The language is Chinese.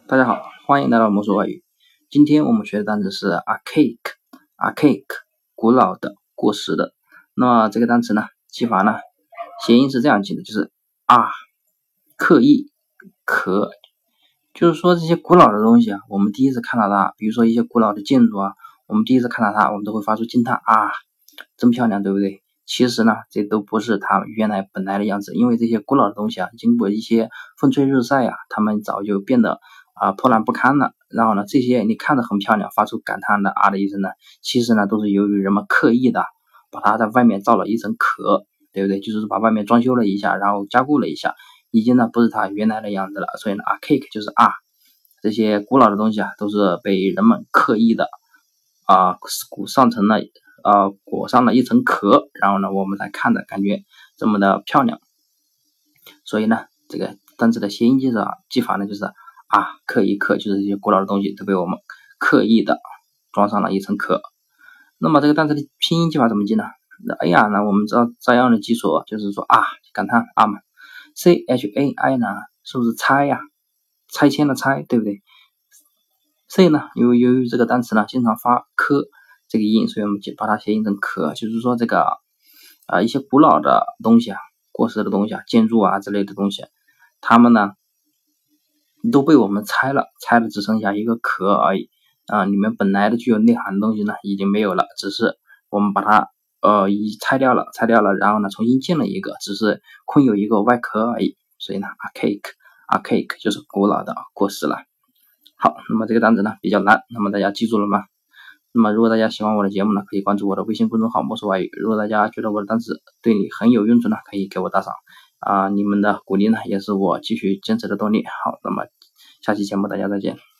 大家好，欢迎来到魔术外语。今天我们学的单词是 archaic， 古老的、过时的。那么这个单词呢，记法呢，谐音是这样记的，就是刻意可，就是说这些古老的东西啊，我们第一次看到它，比如说一些古老的建筑啊，我们第一次看到它，我们都会发出惊叹啊，真漂亮，对不对？其实呢，这都不是它原来本来的样子，因为这些古老的东西啊，经过一些风吹日晒啊，它们早就变得破烂不堪了。然后呢，这些你看着很漂亮，发出感叹的的一声呢，其实呢都是由于人们刻意的把它在外面造了一层壳，对不对？就是把外面装修了一下，然后加固了一下，已经呢不是它原来的样子了。所以呢，archaic 就是这些古老的东西啊，都是被人们刻意的裹上了一层壳，然后呢我们才看着感觉这么的漂亮。所以呢，这个单词的谐音记法呢就是刻意就是这些古老的东西都被我们刻意的装上了一层壳。那么这个单词的拼音记法怎么记呢？那我们知道这样的基础就是说感叹嘛 ，chai 呢是不是拆呀？拆迁的拆，对不对？ C 呢，由于这个单词呢经常发科这个音，所以我们就把它谐音成壳，就是说这个一些古老的东西过时的东西建筑之类的东西，它们呢都被我们拆了只剩下一个壳而已里面本来的具有内涵的东西呢已经没有了，只是我们把它拆掉了，然后呢重新建了一个，只是空有一个外壳而已。所以呢 archaic 就是古老的、过时了。好，那么这个单词呢比较难，那么大家记住了吗？那么如果大家喜欢我的节目呢，可以关注我的微信公众号魔术外语。如果大家觉得我的单词对你很有用处呢，可以给我打赏你们的鼓励呢也是我继续坚持的动力。好，那么下期节目大家再见。